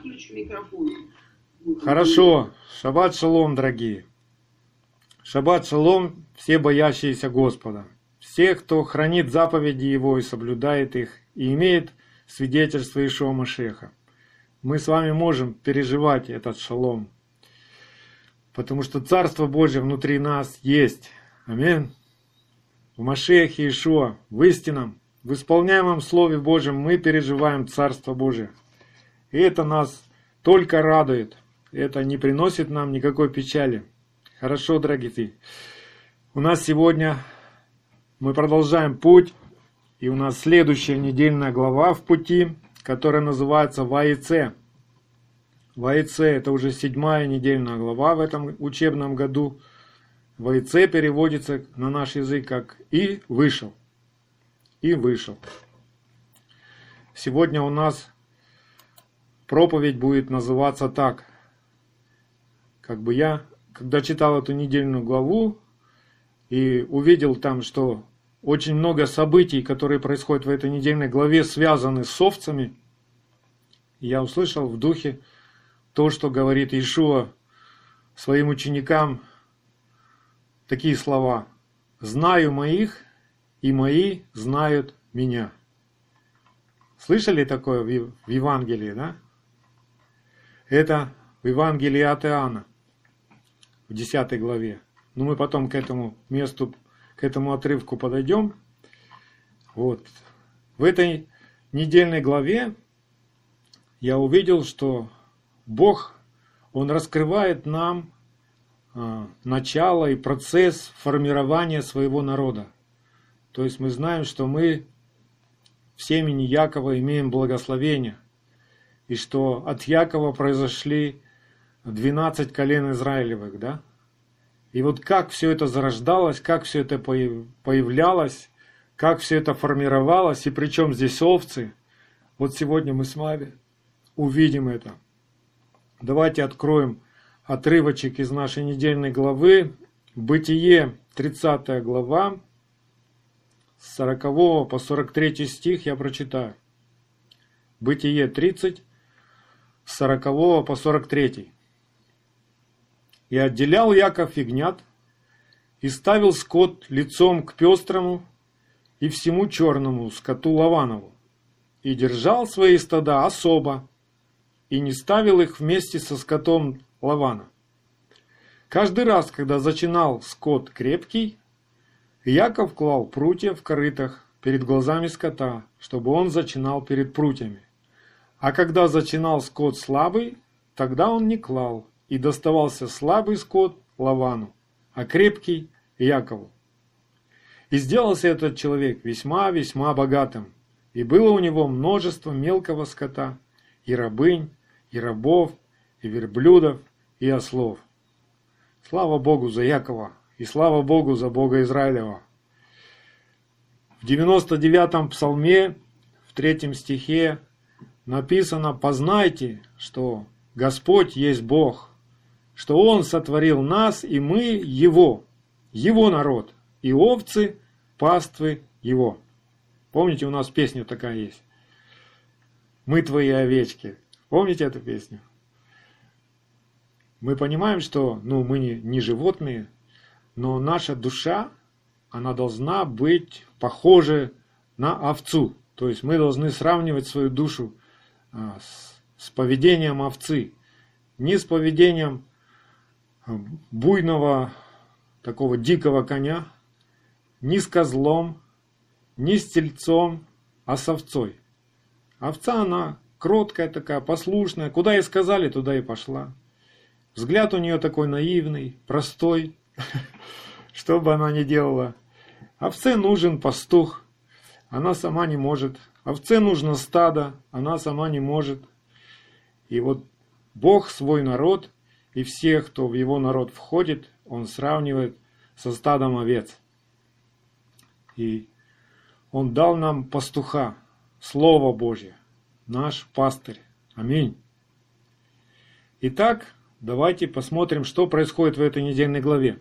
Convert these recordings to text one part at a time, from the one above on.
выключу микрофон. Хорошо. Шаббат шалом, дорогие. Шаббат шалом, все боящиеся Господа. Все, кто хранит заповеди Его и соблюдает их, и имеет свидетельство Иешуа Машеха. Мы с вами можем переживать этот шалом, потому что Царство Божье внутри нас есть. Аминь. В Машехе Иешуа, в истинном, в исполняемом Слове Божьем мы переживаем Царство Божие. И это нас только радует. Это не приносит нам никакой печали. Хорошо, дорогие. У нас сегодня мы продолжаем путь. И у нас следующая недельная глава в пути, которая называется Ваице. Ваице — это уже 7-я недельная глава в этом учебном году. Ваице переводится на наш язык как «и вышел». И вышел. Сегодня у нас проповедь будет называться так. Как бы я, когда читал эту недельную главу и увидел там, что очень много событий, которые происходят в этой недельной главе, связаны с овцами, я услышал в духе то, что говорит Иешуа своим ученикам, такие слова: «Знаю моих, и мои знают меня». Слышали такое в Евангелии, да? Это в Евангелии от Иоанна, в 10 главе. Но мы потом к этому месту, к этому отрывку подойдем. Вот. В этой недельной главе я увидел, что Бог, Он раскрывает нам начало и процесс формирования своего народа. То есть мы знаем, что мы в семени Якова имеем благословение, и что от Якова произошли 12 колен Израилевых, да? И вот как все это зарождалось, как все это появлялось, как все это формировалось, и причем здесь овцы, вот сегодня мы с вами увидим это. Давайте откроем отрывочек из нашей недельной главы. Бытие, 30 глава, с 40 по 43 стих я прочитаю. Бытие 30, с 40 по 43. «И отделял Яков ягнят, и ставил скот лицом к пестрому и всему черному скоту Лаванову, и держал свои стада особо, и не ставил их вместе со скотом Лавана. Каждый раз, когда зачинал скот крепкий, Яков клал прутья в корытах перед глазами скота, чтобы он зачинал перед прутьями. А когда зачинал скот слабый, тогда он не клал, и доставался слабый скот Лавану, а крепкий Якову. И сделался этот человек весьма-весьма богатым, и было у него множество мелкого скота, и рабынь, и рабов, и верблюдов, и ослов. Слава Богу за Якова, и слава Богу за Бога Израилева. В 99-м псалме, в 3 стихе написано: «Познайте, что Господь есть Бог, что Он сотворил нас, и мы Его, Его народ, и овцы паствы Его». Помните, у нас песня такая есть? «Мы Твои овечки». Помните эту песню? Мы понимаем, что мы не животные, но наша душа, она должна быть похожа на овцу. То есть мы должны сравнивать свою душу с поведением овцы. Не с поведением буйного, такого дикого коня, не с козлом, не с тельцом, а с овцой. Овца, она кроткая такая, послушная. Куда ей сказали, туда и пошла. Взгляд у нее такой наивный, простой, что бы она ни делала. Овце нужен пастух, она сама не может. Овце нужно стадо, она сама не может. И вот Бог свой народ и всех, кто в его народ входит, Он сравнивает со стадом овец. И Он дал нам пастуха, Слово Божье, наш пастырь. Аминь. Итак, давайте посмотрим, что происходит в этой недельной главе.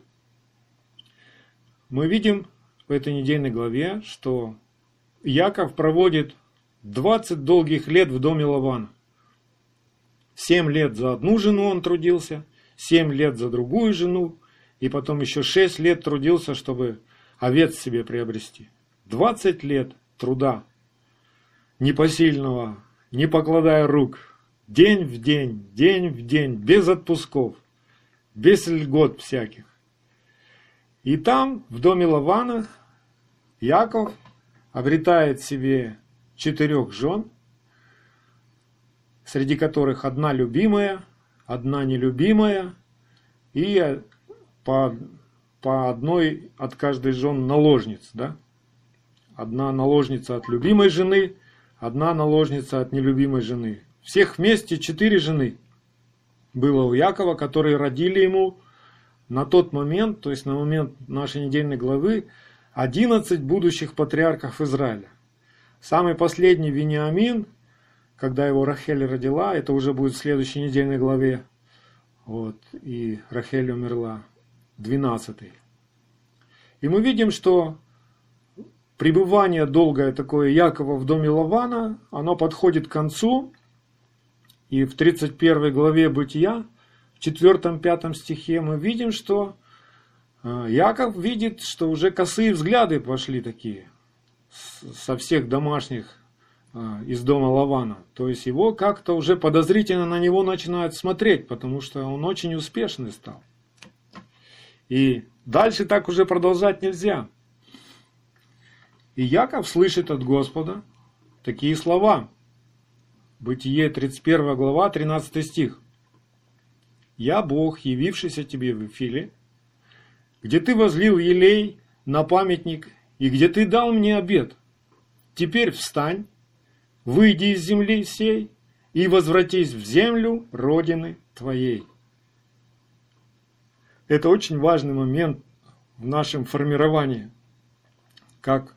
Мы видим в этой недельной главе, что Яков проводит 20 долгих лет в доме Лавана. 7 лет за одну жену он трудился, 7 лет за другую жену, и потом еще 6 лет трудился, чтобы овец себе приобрести. 20 лет труда непосильного, не покладая рук, день в день, без отпусков, без льгот всяких. И там, в доме Лавана, Яков обретает себе 4 жен, среди которых одна любимая, одна нелюбимая, и по одной от каждой жен наложниц. Да? Одна наложница от любимой жены, одна наложница от нелюбимой жены. Всех вместе 4 жены было у Якова, которые родили ему на тот момент, то есть на момент нашей недельной главы, 11 будущих патриархов Израиля. Самый последний Вениамин, когда его Рахель родила, это уже будет в следующей недельной главе, вот, и Рахель умерла, 12-й. И мы видим, что пребывание долгое такое Якова в доме Лавана, оно подходит к концу, и в 31 главе Бытия, в 4-5 стихе мы видим, что Яков видит, что уже косые взгляды пошли такие со всех домашних из дома Лавана. То есть его как-то уже подозрительно на него начинают смотреть, потому что он очень успешный стал. И дальше так уже продолжать нельзя. И Яков слышит от Господа такие слова. Бытие 31 глава, 13 стих. «Я Бог, явившийся тебе в Вифиле, где ты возлил елей на памятник, и где ты дал мне обет. Теперь встань, выйди из земли сей, и возвратись в землю родины твоей». Это очень важный момент в нашем формировании, как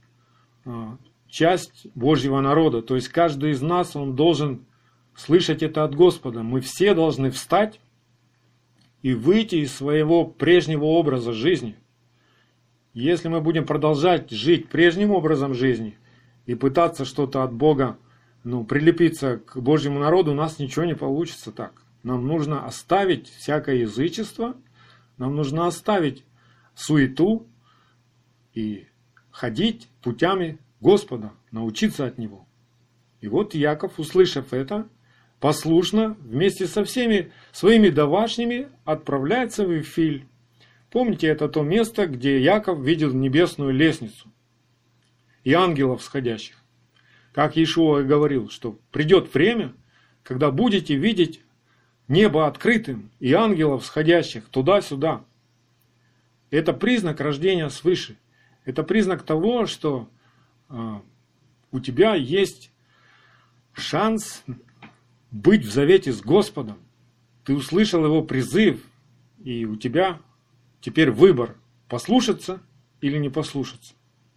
часть Божьего народа. То есть каждый из нас, он должен слышать это от Господа. Мы все должны встать и выйти из своего прежнего образа жизни. Если мы будем продолжать жить прежним образом жизни и пытаться что-то от Бога, прилепиться к Божьему народу, у нас ничего не получится так. Нам нужно оставить всякое язычество, нам нужно оставить суету и ходить путями Господа, научиться от Него. И вот Яков, услышав это, послушно вместе со всеми своими домашними отправляется в Вифиль. Помните, это то место, где Яков видел небесную лестницу и ангелов сходящих. Как Иешуа и говорил, что придет время, когда будете видеть небо открытым и ангелов сходящих туда-сюда. Это признак рождения свыше. Это признак того, что у тебя есть шанс быть в завете с Господом. Ты услышал Его призыв, и у тебя теперь выбор, послушаться или не послушаться.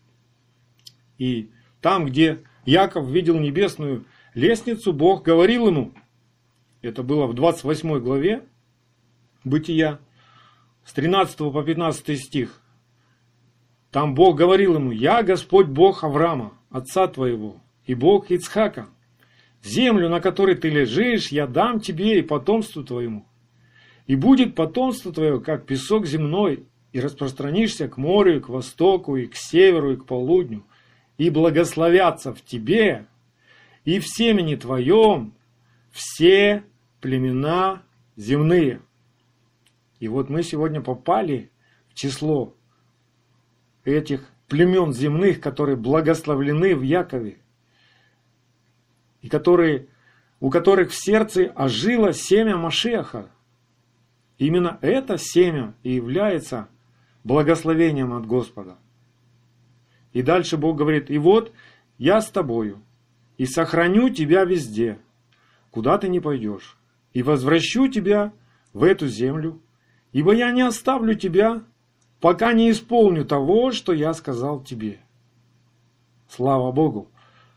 И там, где Яков видел небесную лестницу, Бог говорил ему, это было в 28 главе Бытия, с 13 по 15 стих. Там Бог говорил ему: «Я Господь Бог Авраама, отца твоего, и Бог Ицхака. Землю, на которой ты лежишь, я дам тебе и потомству твоему. И будет потомство твое, как песок земной, и распространишься к морю, и к востоку, и к северу, и к полудню, и благословятся в тебе, и в семени твоем все племена земные». И вот мы сегодня попали в число этих племен земных, которые благословлены в Якове, и у которых в сердце ожило семя Машиаха. Именно это семя и является благословением от Господа. И дальше Бог говорит: «И вот я с тобою, и сохраню тебя везде, куда ты не пойдешь, и возвращу тебя в эту землю, ибо я не оставлю тебя, пока не исполню того, что я сказал тебе». Слава Богу!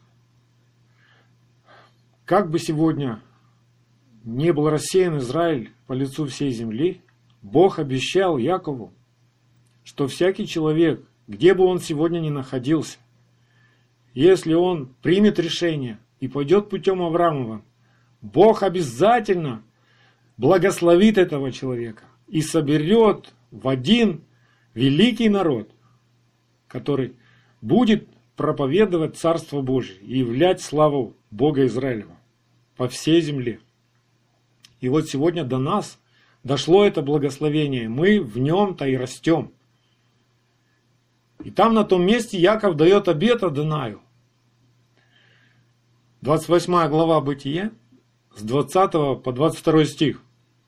Как бы сегодня не был рассеян Израиль по лицу всей земли, Бог обещал Якову, что всякий человек, где бы он сегодня ни находился, если он примет решение и пойдет путем Авраамова, Бог обязательно благословит этого человека и соберет в один великий народ, который будет проповедовать Царство Божие и являть славу Бога Израилева по всей земле. И вот сегодня до нас дошло это благословение, мы в нем-то и растем. И там на том месте Яков дает обет Адонаю. 28 глава Бытие, с 20 по 22 стих.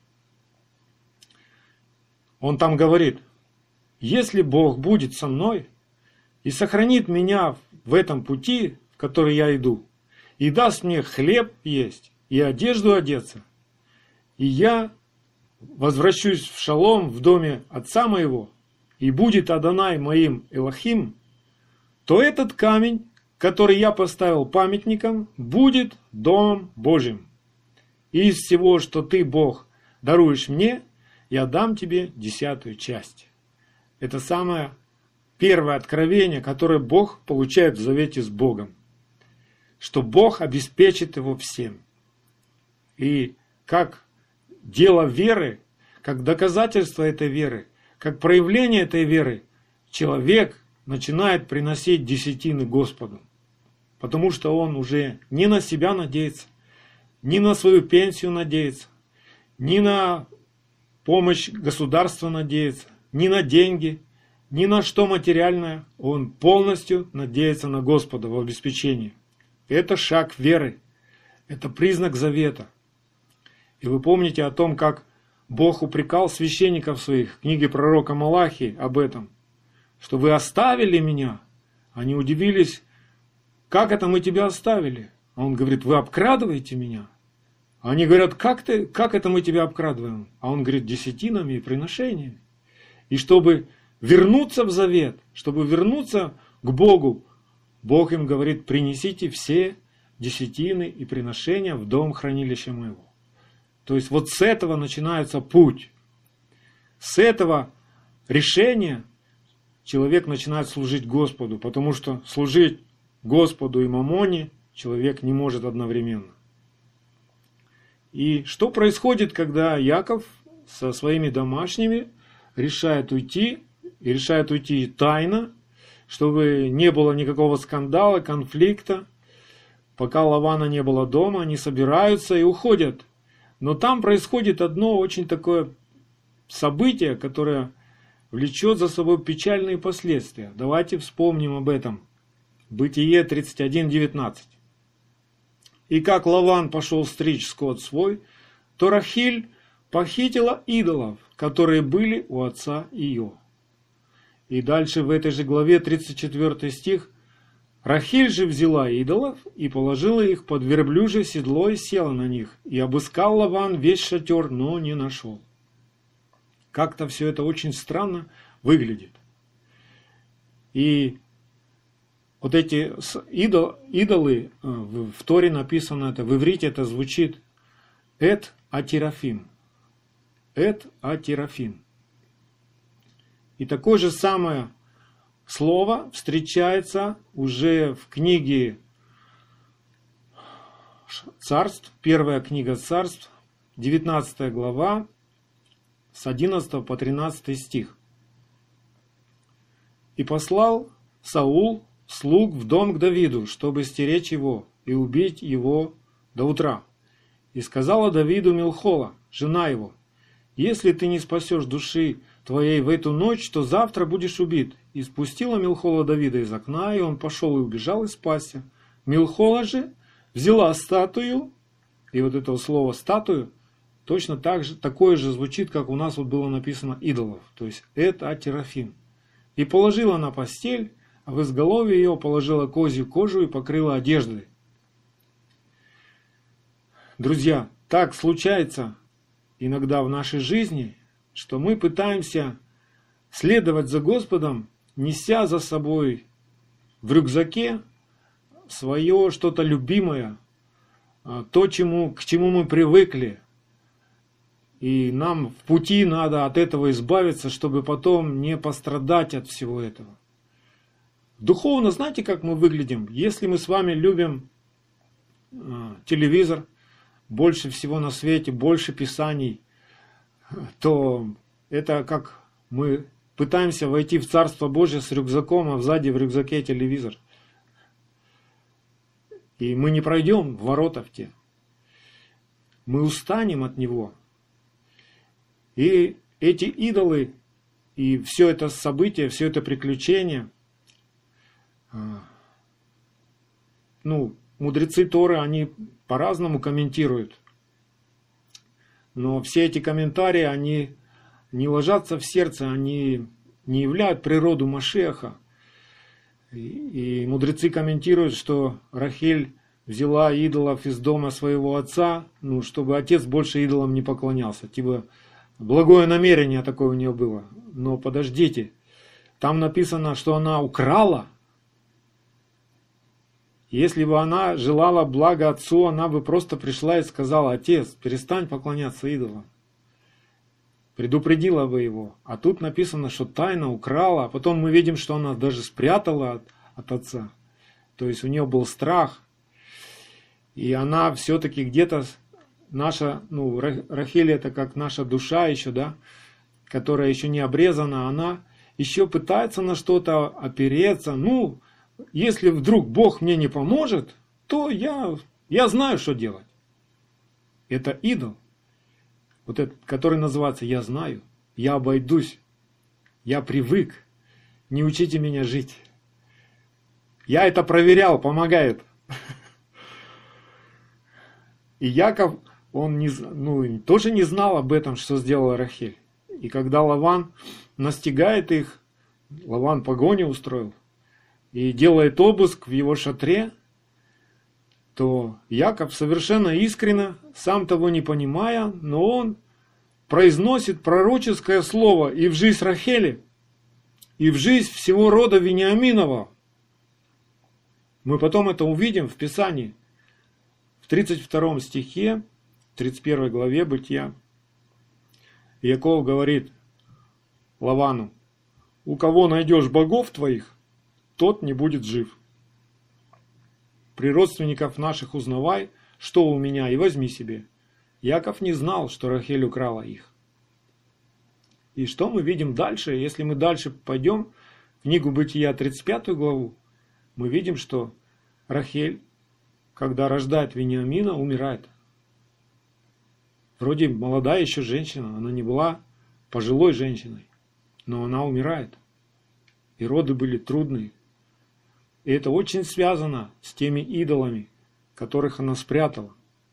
Он там говорит: «Если Бог будет со мной и сохранит меня в этом пути, в который я иду, и даст мне хлеб есть и одежду одеться, и я возвращусь в шалом в доме отца моего, и будет Адонай моим Элохим, то этот камень, который я поставил памятником, будет Домом Божьим. И из всего, что ты, Бог, даруешь мне, я дам тебе 10 часть». Это самое первое откровение, которое Бог получает в завете с Богом. Что Бог обеспечит его всем. И как дело веры, как доказательство этой веры, как проявление этой веры, человек начинает приносить десятины Господу. Потому что он уже не на себя надеется, не на свою пенсию надеется, не на помощь государства надеется, не на деньги, ни на что материальное. Он полностью надеется на Господа в обеспечении. Это шаг веры. Это признак завета. И вы помните о том, как Бог упрекал священников своих в книге пророка Малахии об этом, что вы оставили меня. Они удивились: как это мы тебя оставили? А он говорит: вы обкрадываете меня. Они говорят: как это мы тебя обкрадываем? А он говорит: десятинами и приношениями. И чтобы вернуться в завет, чтобы вернуться к Богу, Бог им говорит: принесите все десятины и приношения в дом хранилища моего. То есть вот с этого начинается путь. С этого решения человек начинает служить Господу, потому что служить Господу и мамоне человек не может одновременно. И что происходит, когда Яков со своими домашними решает уйти, и решает уйти тайно, чтобы не было никакого скандала, конфликта. Пока Лавана не было дома, они собираются и уходят. Но там происходит одно очень такое событие, которое влечет за собой печальные последствия. Давайте вспомним об этом. Бытие 31:19. «И как Лаван пошел стричь скот свой, то Рахиль похитила идолов, которые были у отца ее». И дальше в этой же главе 34 стих. «Рахиль же взяла идолов и положила их под верблюжье седло и села на них, и обыскал Лаван весь шатер, но не нашел». Как-то все это очень странно выглядит. И вот эти идолы, в Торе написано это, в иврите это звучит «эт атирафим». «Эт атирафим». И такое же самое слово встречается уже в книге Царств, первая книга Царств, 19 глава, с 11 по 13 стих. «И послал Саул слуг в дом к Давиду, чтобы стеречь его и убить его до утра. И сказала Давиду Милхола, жена его: если ты не спасешь души твоей в эту ночь, то завтра будешь убит. И спустила Милхола Давида из окна, и он пошел и убежал и спасся. Милхола же взяла статую, и вот это слово статую точно так же, такое же звучит, как у нас вот было написано идолов, то есть это атирафим. И положила на постель, а в изголовье ее положила козью кожу и покрыла одеждой. Друзья, так случается иногда в нашей жизни, что мы пытаемся следовать за Господом, неся за собой в рюкзаке свое что-то любимое, то, к чему мы привыкли. И нам в пути надо от этого избавиться, чтобы потом не пострадать от всего этого. Духовно, знаете, как мы выглядим? Если мы с вами любим телевизор, больше всего на свете, больше писаний, то это как мы пытаемся войти в Царство Божие с рюкзаком, а сзади в рюкзаке телевизор. И мы не пройдем в ворота в те. Мы устанем от него. И эти идолы, и все это событие, все это приключение, мудрецы Торы, они по-разному комментируют. Но все эти комментарии, они не ложатся в сердце, они не являют природу Машиаха. И мудрецы комментируют, что Рахель взяла идолов из дома своего отца, чтобы отец больше идолам не поклонялся. Типа благое намерение такое у нее было. Но подождите, там написано, что она украла. Если бы она желала блага отцу, она бы просто пришла и сказала: отец, перестань поклоняться идолам. Предупредила бы его. А тут написано, что тайно украла. А потом мы видим, что она даже спрятала от отца. То есть у нее был страх. И она все-таки где-то наша, Рахель это как наша душа еще, да, которая еще не обрезана, она еще пытается на что-то опереться. Если вдруг Бог мне не поможет, то я знаю, что делать. Это идол. Вот этот, который называется «я знаю», «я обойдусь», «я привык», «не учите меня жить». Я это проверял, помогает. И Яков, он тоже не знал об этом, что сделала Рахель. И когда Лаван настигает их, Лаван погоню устроил и делает обыск в его шатре, то Яков совершенно искренне, сам того не понимая, но он произносит пророческое слово и в жизнь Рахели, и в жизнь всего рода Вениаминова. Мы потом это увидим в Писании, в 32 стихе, 31 главе Бытия. Яков говорит Лавану: у кого найдешь богов твоих, тот не будет жив. При родственников наших узнавай, что у меня, и возьми себе. Яков не знал, что Рахель украла их. И что мы видим дальше? Если мы дальше пойдем в книгу Бытия, 35 главу, мы видим, что Рахель, когда рождает Вениамина, умирает. Вроде молодая еще женщина, она не была пожилой женщиной, но она умирает. И роды были трудные. И это очень связано с теми идолами, которых она спрятала.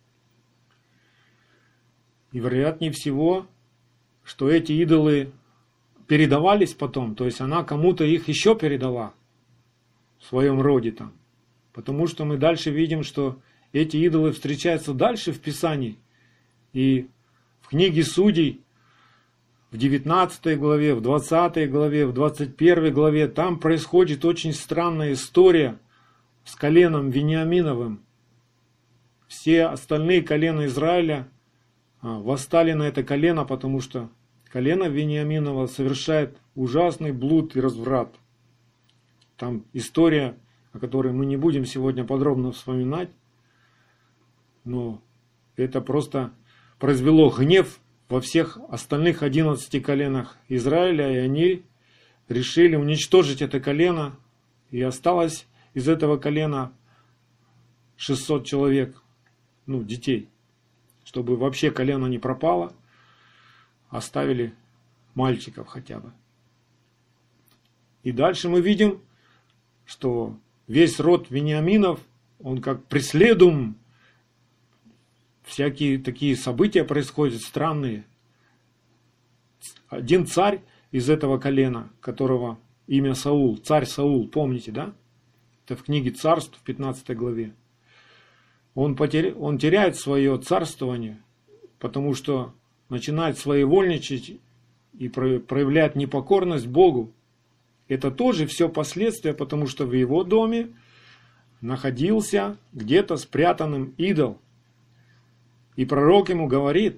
И вероятнее всего, что эти идолы передавались потом, то есть она кому-то их еще передала в своем роде там. Потому что мы дальше видим, что эти идолы встречаются дальше в Писании. И в книге Судей, в 19 главе, в 20 главе, в 21 главе, там происходит очень странная история с коленом Вениаминовым. Все остальные колена Израиля восстали на это колено, потому что колено Вениаминова совершает ужасный блуд и разврат. Там история, о которой мы не будем сегодня подробно вспоминать, но это просто произвело гнев во всех остальных 11 коленах Израиля, и они решили уничтожить это колено, и осталось из этого колена 600 человек, детей. Чтобы вообще колено не пропало, оставили мальчиков хотя бы. И дальше мы видим, что весь род Вениаминов, он как преследуем, всякие такие события происходят странные. Один царь из этого колена, которого имя Саул, царь Саул, помните, да? Это в книге Царств, в 15 главе. Он теряет свое царствование, потому что начинает своевольничать и проявляет непокорность Богу. Это тоже все последствия, потому что в его доме находился где-то спрятанным идол. И пророк ему говорит,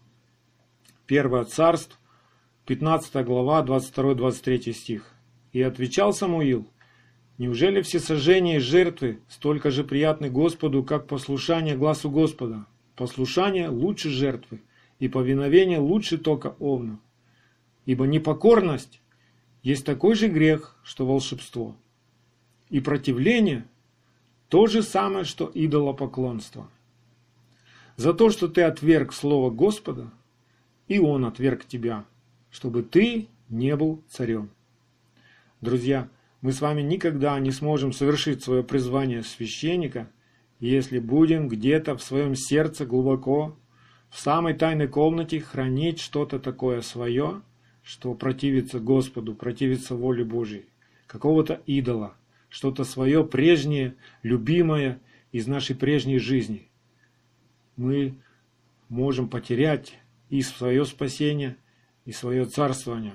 1 Царств, 15 глава, 22-23 стих. «И отвечал Самуил: неужели все сожжения и жертвы столько же приятны Господу, как послушание гласу Господа? послушание лучше жертвы, и повиновение лучше тока овна. Ибо непокорность есть такой же грех, что волшебство. И противление то же самое, что идолопоклонство. За то, что ты отверг слово Господа, и Он отверг тебя, чтобы ты не был царем. Друзья, мы с вами никогда не сможем совершить свое призвание священника, если будем где-то в своем сердце глубоко, в самой тайной комнате хранить что-то такое свое, что противится Господу, противится воле Божьей, какого-то идола, что-то свое прежнее, любимое из нашей прежней жизни. Мы можем потерять и свое спасение, и свое царствование.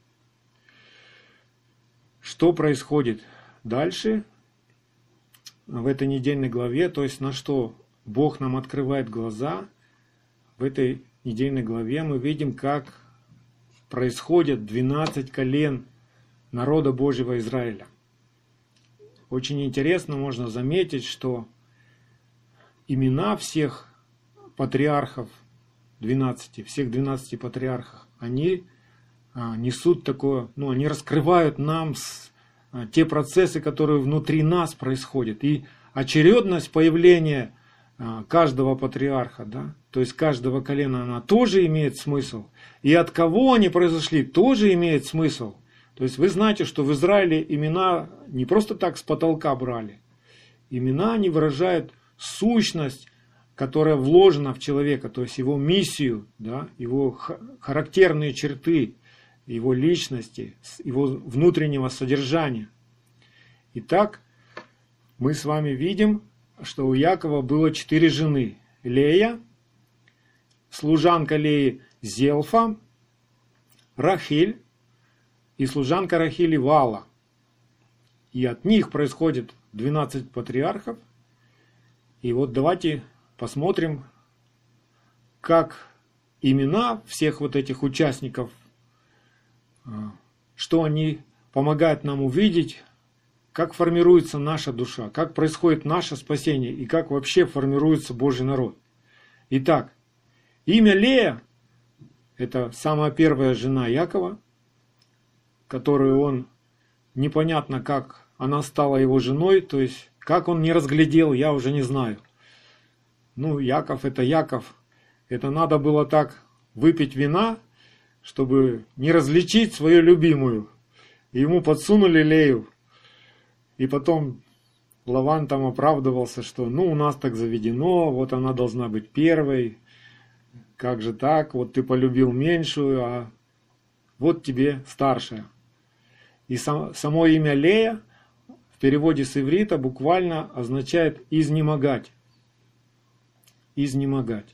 Что происходит дальше в этой недельной главе, то есть на что Бог нам открывает глаза, в этой недельной главе мы видим, как происходят 12 колен народа Божьего Израиля. Очень интересно, можно заметить, что имена всех патриархов, всех 12 патриархов, они несут такое, они раскрывают нам те процессы, которые внутри нас происходят. И очередность появления каждого патриарха, то есть каждого колена, она тоже имеет смысл. И от кого они произошли, тоже имеет смысл. То есть вы знаете, что в Израиле имена не просто так с потолка брали. Имена, они выражают сущность, которая вложена в человека, то есть его миссию, его характерные черты, его личности, его внутреннего содержания. Итак, мы с вами видим, что у Якова было 4 жены. Лея, служанка Леи Зелфа, Рахиль и служанка Рахили Вала. И от них происходит 12 патриархов. И вот давайте посмотрим, как имена всех вот этих участников, что они помогают нам увидеть, как формируется наша душа, как происходит наше спасение и как вообще формируется Божий народ. Итак, имя Лея – это самая первая жена Якова, которую он, непонятно как она стала его женой, то есть как он не разглядел, я уже не знаю. Яков – это надо было так выпить вина, чтобы не различить свою любимую. И ему подсунули Лею. И потом Лаван там оправдывался, что у нас так заведено, вот она должна быть первой. Как же так? Вот ты полюбил меньшую, а вот тебе старшая. И само имя Лея в переводе с иврита буквально означает «изнемогать». Изнемогать.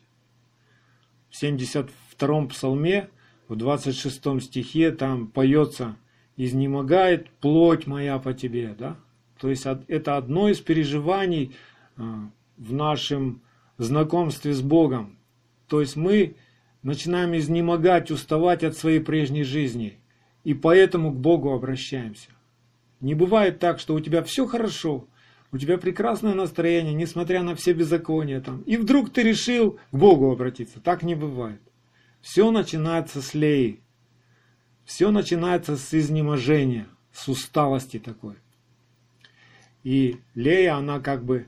В 72-м псалме, в 26 стихе там поется «изнемогает плоть моя по тебе». То есть это одно из переживаний в нашем знакомстве с Богом. То есть мы начинаем изнемогать, уставать от своей прежней жизни. И поэтому к Богу обращаемся. Не бывает так, что у тебя все хорошо, у тебя прекрасное настроение, несмотря на все беззакония там. И вдруг ты решил к Богу обратиться. Так не бывает. Все начинается с Леи. Все начинается с изнеможения, с усталости такой. И Лея, она как бы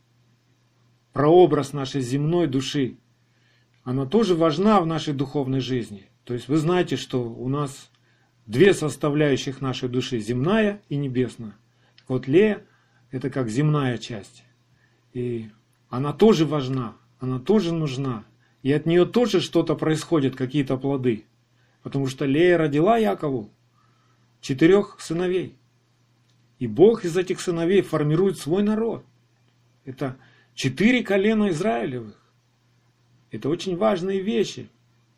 прообраз нашей земной души. Она тоже важна в нашей духовной жизни. То есть вы знаете, что у нас 2 составляющих нашей души, земная и небесная. Вот Лея – это как земная часть. И она тоже важна, она тоже нужна. И от нее тоже что-то происходит, какие-то плоды. Потому что Лея родила Якову 4 сыновей. И Бог из этих сыновей формирует свой народ. Это 4 колена Израилевых. Это очень важные вещи.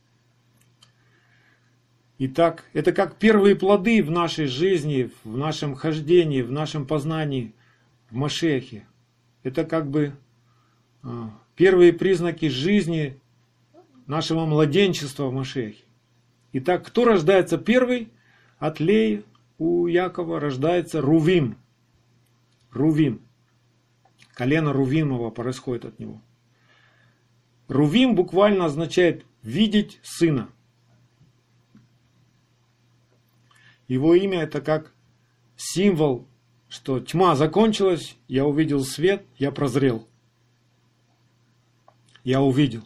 Итак, это как первые плоды в нашей жизни, в нашем хождении, в нашем познании в Машиахе. Это как бы первые признаки жизни нашего младенчества в Машиахе. Итак, кто рождается первый? От Леи у Якова рождается Рувим. Рувим. Колено Рувимова происходит от него. Рувим буквально означает «видеть сына». Его имя это как символ, что тьма закончилась, я увидел свет, я прозрел. Я увидел.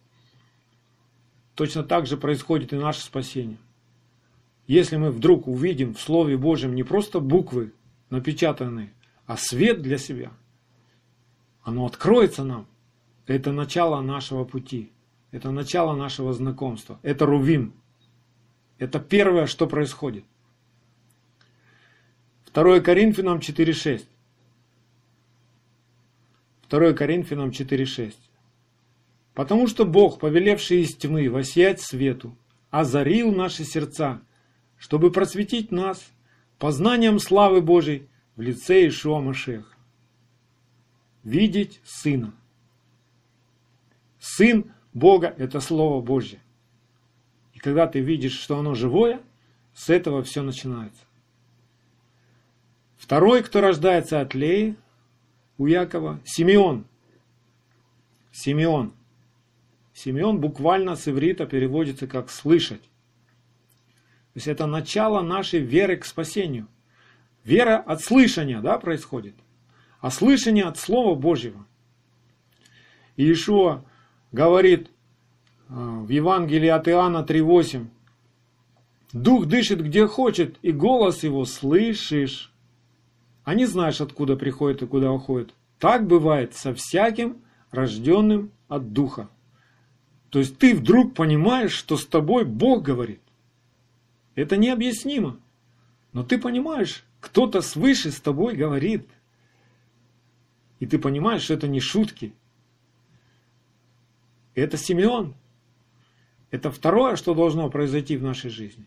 Точно так же происходит и наше спасение. Если мы вдруг увидим в Слове Божьем не просто буквы напечатанные, а свет для себя, оно откроется нам. Это начало нашего пути. Это начало нашего знакомства. Это Рувим. Это первое, что происходит. 2 Коринфянам 4:6. 2 Коринфянам 4:6. Потому что Бог, повелевший из тьмы воссиять свету, озарил наши сердца, чтобы просветить нас познанием славы Божией в лице Иешуа Машиаха. Видеть Сына. Сын Бога – это Слово Божье. И когда ты видишь, что оно живое, с этого все начинается. Второй, кто рождается от Леи, у Якова, Симеон. Симеон. Симеон буквально с иврита переводится как «слышать». То есть это начало нашей веры к спасению. Вера от слышания, да, происходит. А слышание от Слова Божьего. И Иешуа говорит в Евангелии от Иоанна 3:8: «Дух дышит где хочет, и голос его слышишь, а не знаешь, откуда приходит и куда уходит. Так бывает со всяким, рожденным от Духа». То есть ты вдруг понимаешь, что с тобой Бог говорит. Это необъяснимо. Но ты понимаешь, кто-то свыше с тобой говорит. И ты понимаешь, что это не шутки. Это Симеон. Это второе, что должно произойти в нашей жизни.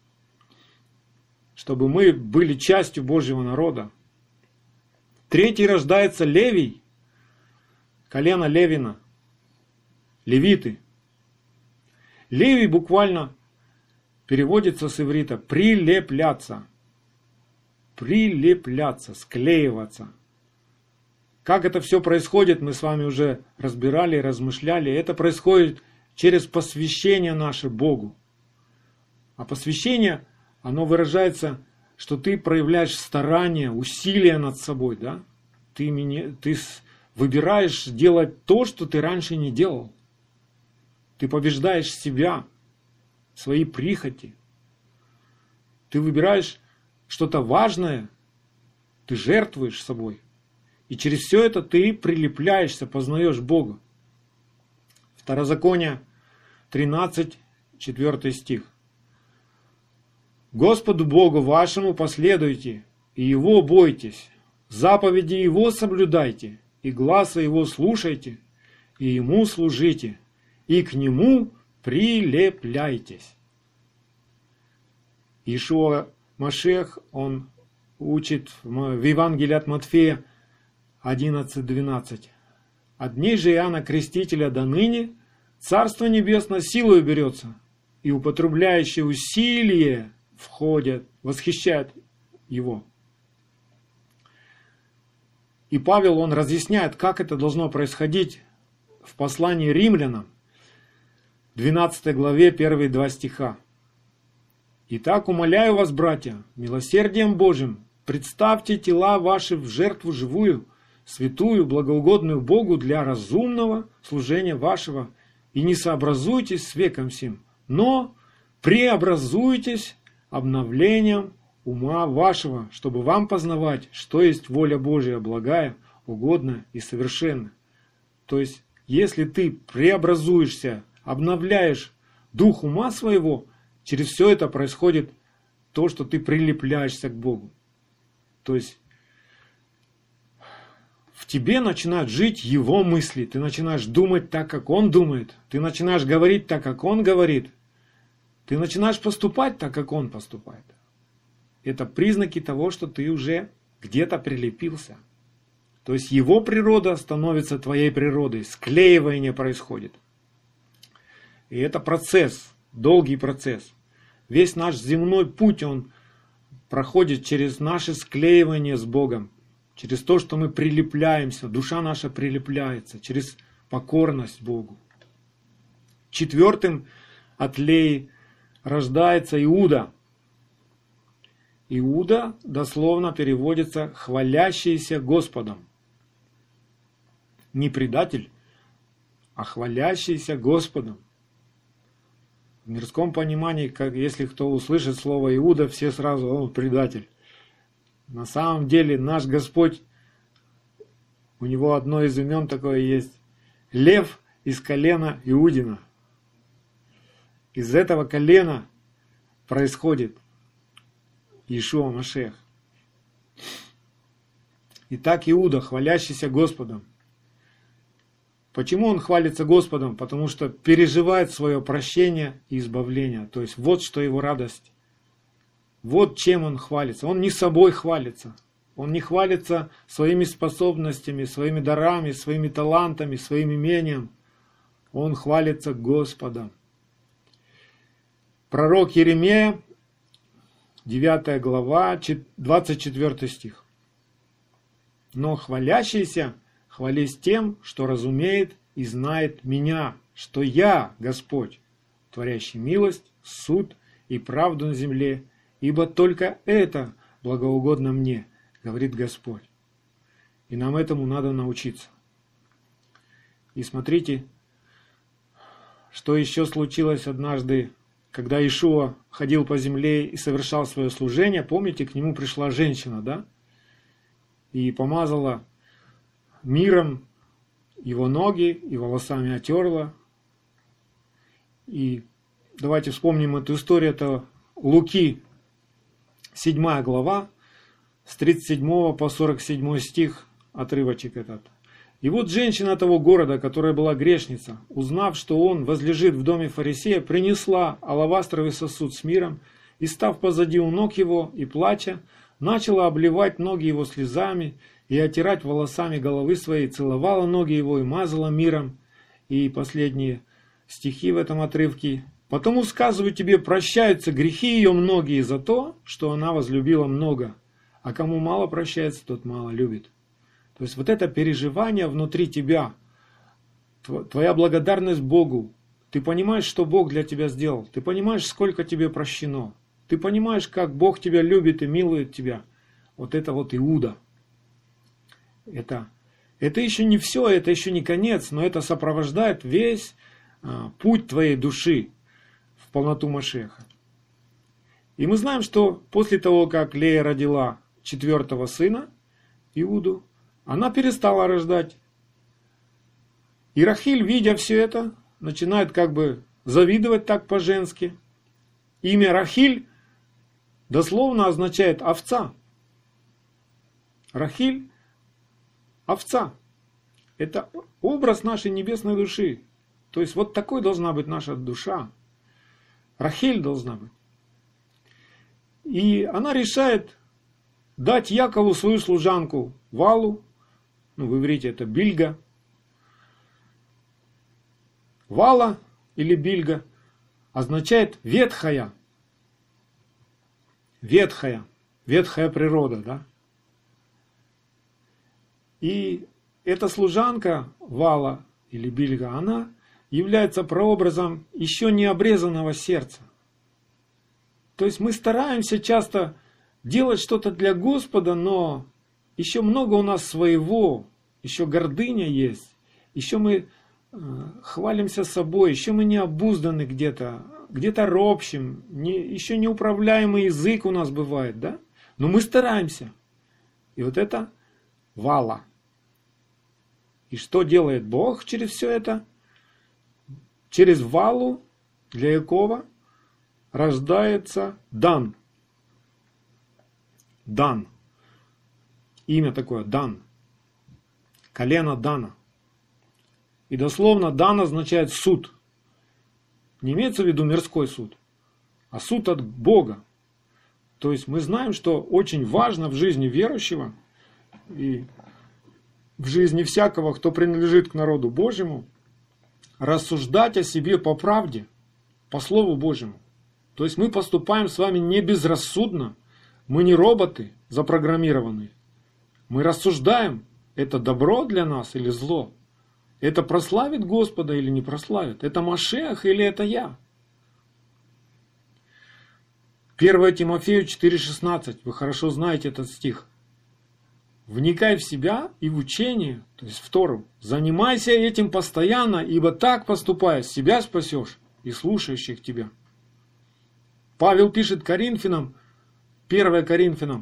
Чтобы мы были частью Божьего народа. Третий рождается Левий. Колено Левина. Левиты. Левий буквально переводится с иврита «прилепляться». Прилепляться, склеиваться. Как это все происходит, мы с вами уже разбирали, размышляли. Это происходит через посвящение наше Богу. А посвящение, оно выражается, что ты проявляешь старание, усилие над собой. Да? Ты выбираешь делать то, что ты раньше не делал. Ты побеждаешь себя, свои прихоти. Ты выбираешь что-то важное, ты жертвуешь собой. И через все это ты прилепляешься, познаешь Бога. Второзаконие 13, 4 стих. «Господу Богу вашему последуйте, и Его бойтесь, заповеди Его соблюдайте, и гласа Его слушайте, и Ему служите, и к Нему прилепляйтесь». Иешуа Машиах, он учит в Евангелии от Матфея 11:12. «От дней же Иоанна Крестителя до ныне Царство Небесное силою берется, и употребляющие усилие входят, восхищают его». И Павел, он разъясняет, как это должно происходить в послании римлянам, 12 главе, первые 2 стиха. «Итак, умоляю вас, братья, милосердием Божьим, представьте тела ваши в жертву живую, святую, благоугодную Богу для разумного служения вашего, и не сообразуйтесь с веком сим, но преобразуйтесь обновлением ума вашего, чтобы вам познавать, что есть воля Божия, благая, угодная и совершенная». То есть, если ты преобразуешься, обновляешь дух ума своего, через все это происходит то, что ты прилепляешься к Богу. То есть, в тебе начинают жить Его мысли. Ты начинаешь думать так, как Он думает. Ты начинаешь говорить так, как Он говорит. Ты начинаешь поступать так, как Он поступает. Это признаки того, что ты уже где-то прилепился. То есть Его природа становится твоей природой. Склеивание происходит. И это процесс, долгий процесс. Весь наш земной путь, он проходит через наше склеивание с Богом. Через то, что мы прилепляемся, душа наша прилепляется, через покорность Богу. Четвертым от Леи рождается Иуда. Иуда дословно переводится «хвалящийся Господом». Не предатель, а хвалящийся Господом. В мирском понимании, как если кто услышит слово Иуда, все сразу: «О, предатель». На самом деле наш Господь, у него одно из имен такое есть: Лев из колена Иудина. Из этого колена происходит Иешуа Машиах. Итак, Иуда, хвалящийся Господом. Почему он хвалится Господом? Потому что переживает свое прощение и избавление. То есть вот что его радость. Вот чем он хвалится. Он не собой хвалится. Он не хвалится своими способностями, своими дарами, своими талантами, своим имением. Он хвалится Господом. Пророк Иеремия, 9 глава, 24 стих. «Но хвалящийся хвались тем, что разумеет и знает меня, что я, Господь, творящий милость, суд и правду на земле, ибо только это благоугодно мне, говорит Господь». И нам этому надо научиться. И смотрите, что еще случилось однажды, когда Иешуа ходил по земле и совершал свое служение. Помните, к нему пришла женщина, да? И помазала миром его ноги и волосами отерла. И давайте вспомним эту историю. Это Луки, 7 глава, с 37 по 47 стих, отрывочек этот. «И вот женщина того города, которая была грешница, узнав, что он возлежит в доме фарисея, принесла алавастровый сосуд с миром и, став позади у ног его и плача, начала обливать ноги его слезами и отирать волосами головы своей, целовала ноги его и мазала миром». И последние стихи в этом отрывке. «Потому, сказываю тебе, прощаются грехи ее многие за то, что она возлюбила много, а кому мало прощается, тот мало любит». То есть вот это переживание внутри тебя, твоя благодарность Богу, ты понимаешь, что Бог для тебя сделал, ты понимаешь, сколько тебе прощено, ты понимаешь, как Бог тебя любит и милует тебя. Вот это вот Иуда. Это еще не все, это еще не конец, но это сопровождает весь путь твоей души в полноту Машиаха. И мы знаем, что после того, как Лея родила 4-го сына, Иуду, она перестала рождать. И Рахиль, видя все это, начинает как бы завидовать так по-женски. Имя Рахиль дословно означает овца. Рахиль – овца. Это образ нашей небесной души. То есть вот такой должна быть наша душа. Рахиль должна быть. И она решает дать Якову свою служанку Валу. В иврите это Бильга. Вала или Бильга означает ветхая. Ветхая. Ветхая природа, да? И эта служанка Вала или Бильга, она является прообразом еще не обрезанного сердца. То есть мы стараемся часто делать что-то для Господа, но еще много у нас своего, еще гордыня есть, еще мы хвалимся собой, еще мы не обузданы где-то ропщим, еще неуправляемый язык у нас бывает, да? Но мы стараемся. И вот это Вала. И что делает Бог через все это? Через Валу для Якова рождается Дан. Дан. Имя такое, Дан. Колено Дана. И дословно Дан означает суд. Не имеется в виду мирской суд, а суд от Бога. То есть мы знаем, что очень важно в жизни верующего и в жизни всякого, кто принадлежит к народу Божьему, рассуждать о себе по правде, по Слову Божьему. То есть мы поступаем с вами не безрассудно, мы не роботы запрограммированные. Мы рассуждаем, это добро для нас или зло. Это прославит Господа или не прославит? Это Машиах или это я? 1 Тимофею 4,16. Вы хорошо знаете этот стих. Вникай в себя и в учение, то есть в Тору. Занимайся этим постоянно, ибо так поступая, себя спасешь и слушающих тебя. Павел пишет Коринфянам, 1 Коринфянам,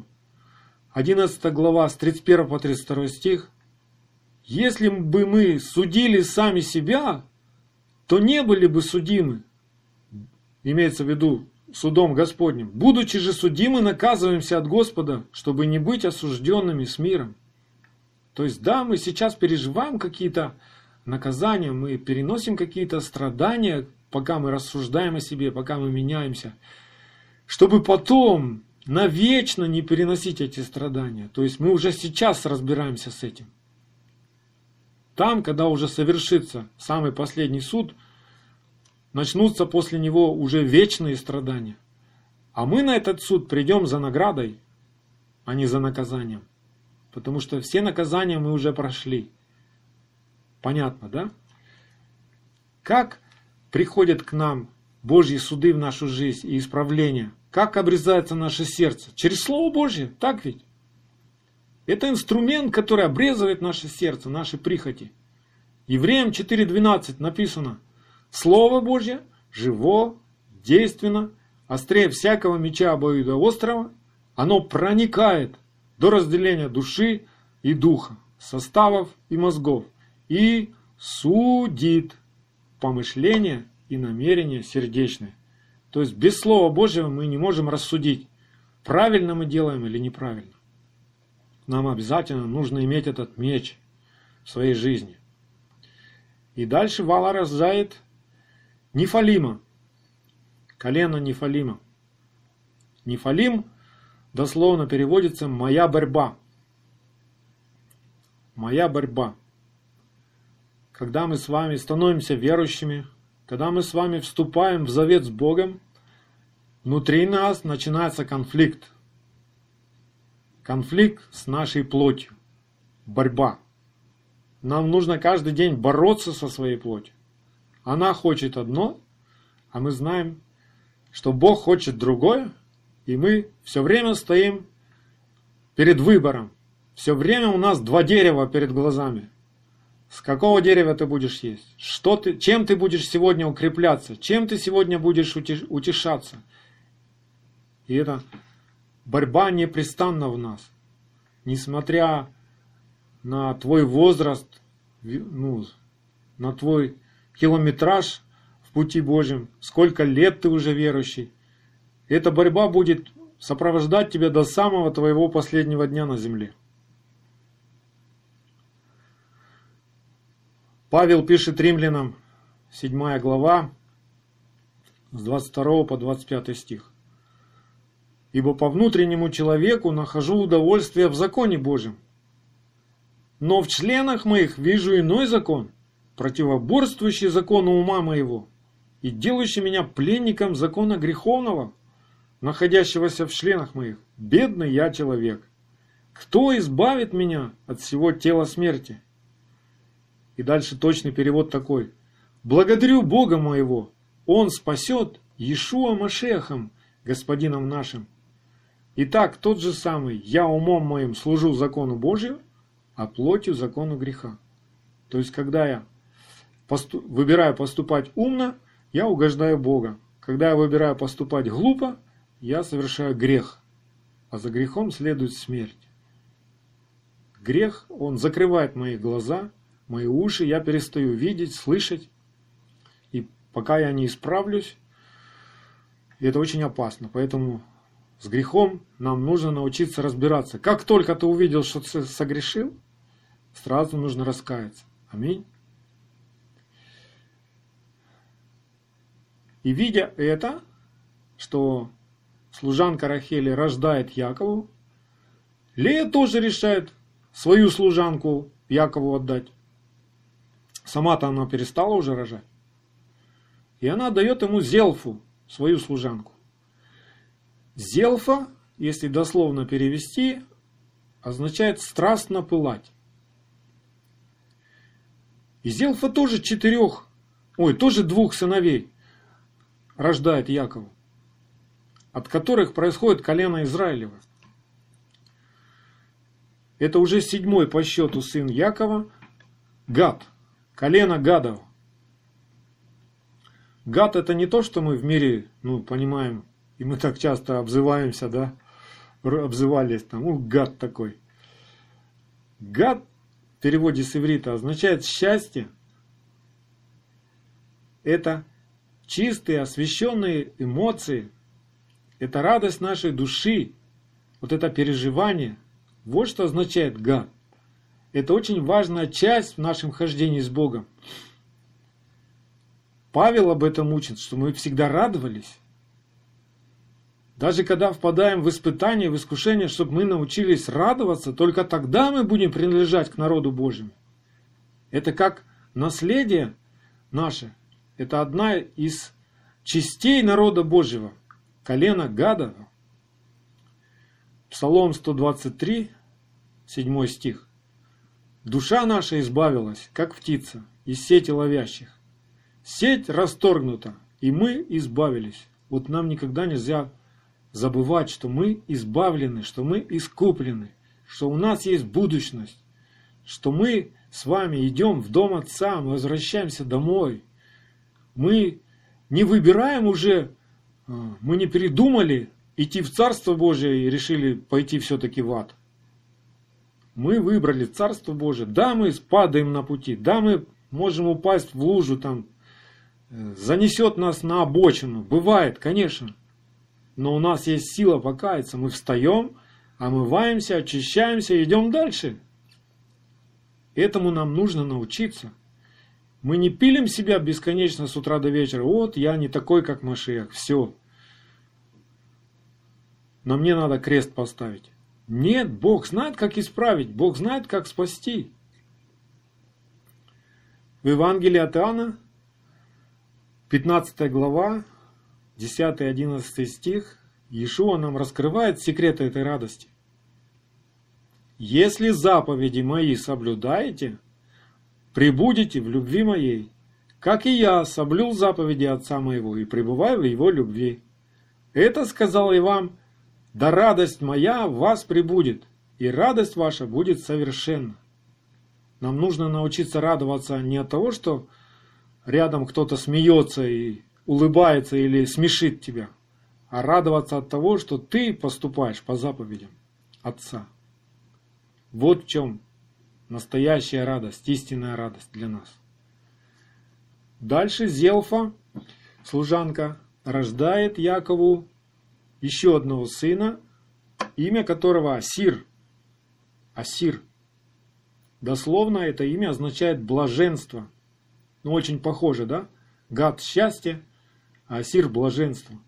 11 глава, с 31 по 32 стих. Если бы мы судили сами себя, то не были бы судимы. Имеется в виду судом Господним. Будучи же судимы, наказываемся от Господа, чтобы не быть осужденными с миром. То есть, да, мы сейчас переживаем какие-то наказания, мы переносим какие-то страдания, пока мы рассуждаем о себе, пока мы меняемся, чтобы потом навечно не переносить эти страдания. То есть, мы уже сейчас разбираемся с этим. Там, когда уже совершится самый последний суд, начнутся после него уже вечные страдания. А мы на этот суд придем за наградой, а не за наказанием. Потому что все наказания мы уже прошли. Понятно, да? Как приходят к нам Божьи суды в нашу жизнь и исправления? Как обрезается наше сердце? Через Слово Божье, так ведь? Это инструмент, который обрезывает наше сердце, наши прихоти. Евреям 4:12 написано: Слово Божье живо, действенно, острее всякого меча обоюдоострого, оно проникает до разделения души и духа, составов и мозгов, и судит помышления и намерения сердечные. То есть без Слова Божьего мы не можем рассудить, правильно мы делаем или неправильно. Нам обязательно нужно иметь этот меч в своей жизни. И дальше Вала рождает Нефалима, колено Нефалима. Нефалим дословно переводится «моя борьба». Моя борьба. Когда мы с вами становимся верующими, когда мы с вами вступаем в завет с Богом, внутри нас начинается конфликт. Конфликт с нашей плотью. Борьба. Нам нужно каждый день бороться со своей плотью. Она хочет одно, а мы знаем, что Бог хочет другое, и мы все время стоим перед выбором. Все время у нас два дерева перед глазами. С какого дерева ты будешь есть? Чем ты будешь сегодня укрепляться? Чем ты сегодня будешь утешаться? И эта борьба непрестанна в нас. Несмотря на твой возраст, на твой километраж в пути Божьем, сколько лет ты уже верующий, эта борьба будет сопровождать тебя до самого твоего последнего дня на земле. Павел пишет Римлянам, 7 глава, с 22 по 25 стих. «Ибо по внутреннему человеку нахожу удовольствие в законе Божьем, но в членах моих вижу иной закон, противоборствующий закону ума моего и делающий меня пленником закона греховного, находящегося в членах моих. Бедный я человек! Кто избавит меня от всего тела смерти?» И дальше точный перевод такой: «Благодарю Бога моего, Он спасет Иешуа Машиахом, Господином нашим. Итак, тот же самый, я умом моим служу закону Божию, а плотью закону греха». То есть, когда я выбираю поступать умно, я угождаю Бога. Когда я выбираю поступать глупо, я совершаю грех. А за грехом следует смерть. Грех, он закрывает мои глаза, мои уши, я перестаю видеть, слышать. И пока я не исправлюсь, это очень опасно. Поэтому с грехом нам нужно научиться разбираться. Как только ты увидел, что ты согрешил, сразу нужно раскаяться. Аминь. И видя это, что служанка Рахели рождает Якову, Лея тоже решает свою служанку Якову отдать. Сама-то она перестала уже рожать. И она дает ему Зелфу, свою служанку. Зелфа, если дословно перевести, означает страстно пылать. И Зелфа тоже тоже 2 сыновей рождает Якову, от которых происходит колено Израилева. Это уже 7-й по счету сын Якова, Гад, колено Гадово. Гад — это не то, что мы в мире, понимаем, и мы так часто обзываемся, да, обзывались там, гад такой. Гад в переводе с иврита означает счастье. Это чистые, освященные эмоции. Это радость нашей души. Вот это переживание. Вот что означает гад. Это очень важная часть в нашем хождении с Богом. Павел об этом учит, что мы всегда радовались. Даже когда впадаем в испытание, в искушение, чтобы мы научились радоваться, только тогда мы будем принадлежать к народу Божьему. Это как наследие наше. Это одна из частей народа Божьего, колено Гадова. Псалом 123, 7 стих. «Душа наша избавилась, как птица, из сети ловящих. Сеть расторгнута, и мы избавились». Вот нам никогда нельзя забывать, что мы избавлены, что мы искуплены, что у нас есть будущность, что мы с вами идем в дом Отца, мы возвращаемся домой. Мы не выбираем уже, мы не передумали идти в Царство Божие и решили пойти все-таки в ад. Мы выбрали Царство Божие. Да, мы падаем на пути, да, мы можем упасть в лужу, занесет нас на обочину. Бывает, конечно. Но у нас есть сила покаяться. Мы встаем, омываемся, очищаемся и идем дальше. Этому нам нужно научиться. Мы не пилим себя бесконечно с утра до вечера. Вот я не такой, как Машиах. Все. На мне надо крест поставить. Нет, Бог знает, как исправить. Бог знает, как спасти. В Евангелии от Иоанна, 15 глава, 10-11 стих, Иешуа нам раскрывает секреты этой радости. «Если заповеди мои соблюдаете, пребудете в любви моей, как и я соблюл заповеди Отца моего и пребываю в его любви. Это сказал и вам, да радость моя в вас пребудет, и радость ваша будет совершенна». Нам нужно научиться радоваться не от того, что рядом кто-то смеется и улыбается или смешит тебя, а радоваться от того, что ты поступаешь по заповедям Отца. Вот в чем настоящая радость, истинная радость для нас. Дальше Зелфа, служанка, рождает Якову еще одного сына, имя которого Асир. Асир. Дословно это имя означает блаженство. Очень похоже, да? Гад – счастье, а Асир – блаженство.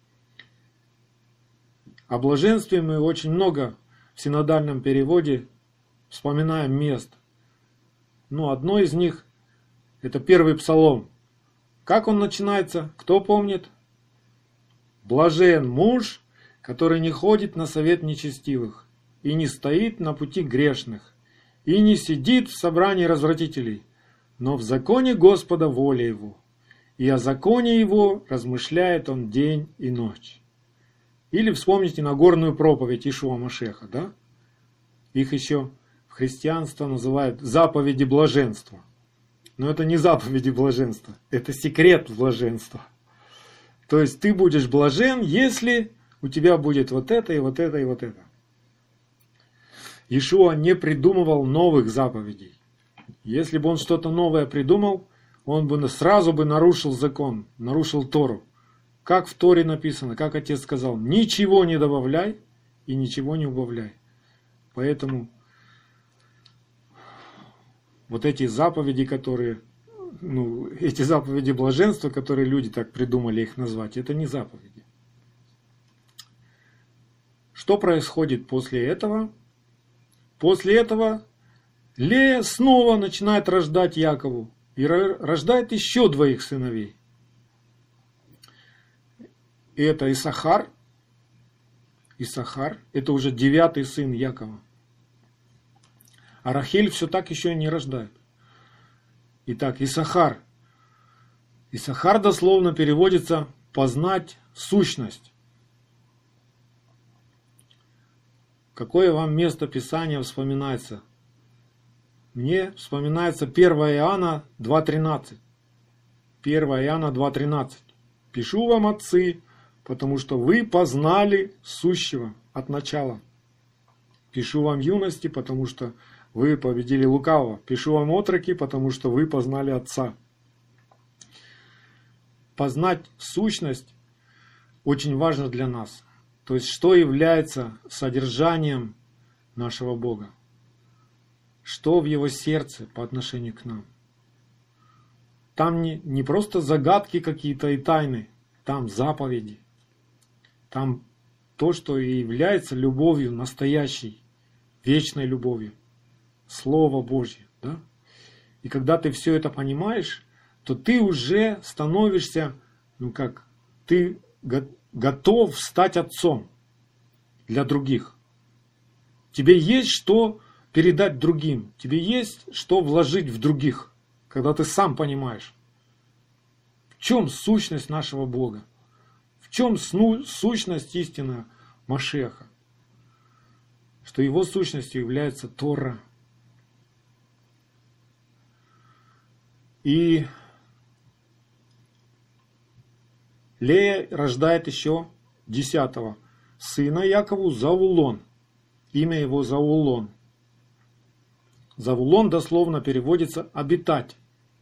О блаженстве мы очень много в синодальном переводе вспоминаем мест. Одно из них – это первый псалом. Как он начинается? Кто помнит? «Блажен муж, который не ходит на совет нечестивых, и не стоит на пути грешных, и не сидит в собрании развратителей, но в законе Господа воля его, и о законе его размышляет он день и ночь». Или вспомните Нагорную проповедь Иешуа Машеха, да? Их еще в христианстве называют заповеди блаженства. Но это не заповеди блаженства, это секрет блаженства. То есть ты будешь блажен, если у тебя будет вот это и вот это и вот это. Иешуа не придумывал новых заповедей. Если бы он что-то новое придумал, он бы сразу нарушил закон, нарушил Тору. Как в Торе написано, как Отец сказал, ничего не добавляй и ничего не убавляй. Поэтому вот эти заповеди, эти заповеди блаженства, которые люди так придумали их назвать, это не заповеди. Что происходит после этого? После этого Лея снова начинает рождать Якову и рождает еще 2 сыновей. И это Исахар. Исахар – это уже 9-й сын Якова. А Рахель все так еще и не рождает. Итак, Исахар. Исахар дословно переводится «познать сущность». Какое вам место Писания вспоминается? Мне вспоминается 1 Иоанна 2:13. 1 Иоанна 2:13. «Пишу вам, отцы, потому что вы познали сущего от начала. Пишу вам, юности, потому что вы победили лукавого. Пишу вам, отроки, потому что вы познали Отца». Познать сущность очень важно для нас. То есть, что является содержанием нашего Бога? Что в Его сердце по отношению к нам? Там не просто загадки какие-то и тайны, там заповеди. Там то, что и является любовью настоящей, вечной любовью. Слово Божье. Да? И когда ты все это понимаешь, то ты уже становишься, ты готов стать отцом для других. Тебе есть что передать другим. Тебе есть что вложить в других, когда ты сам понимаешь, в чем сущность нашего Бога, в чем сущность истинная Машеха, что его сущностью является Тора. И Лея рождает еще 10-го сына Якову, Завулон. Имя его Завулон. Завулон дословно переводится «обитать».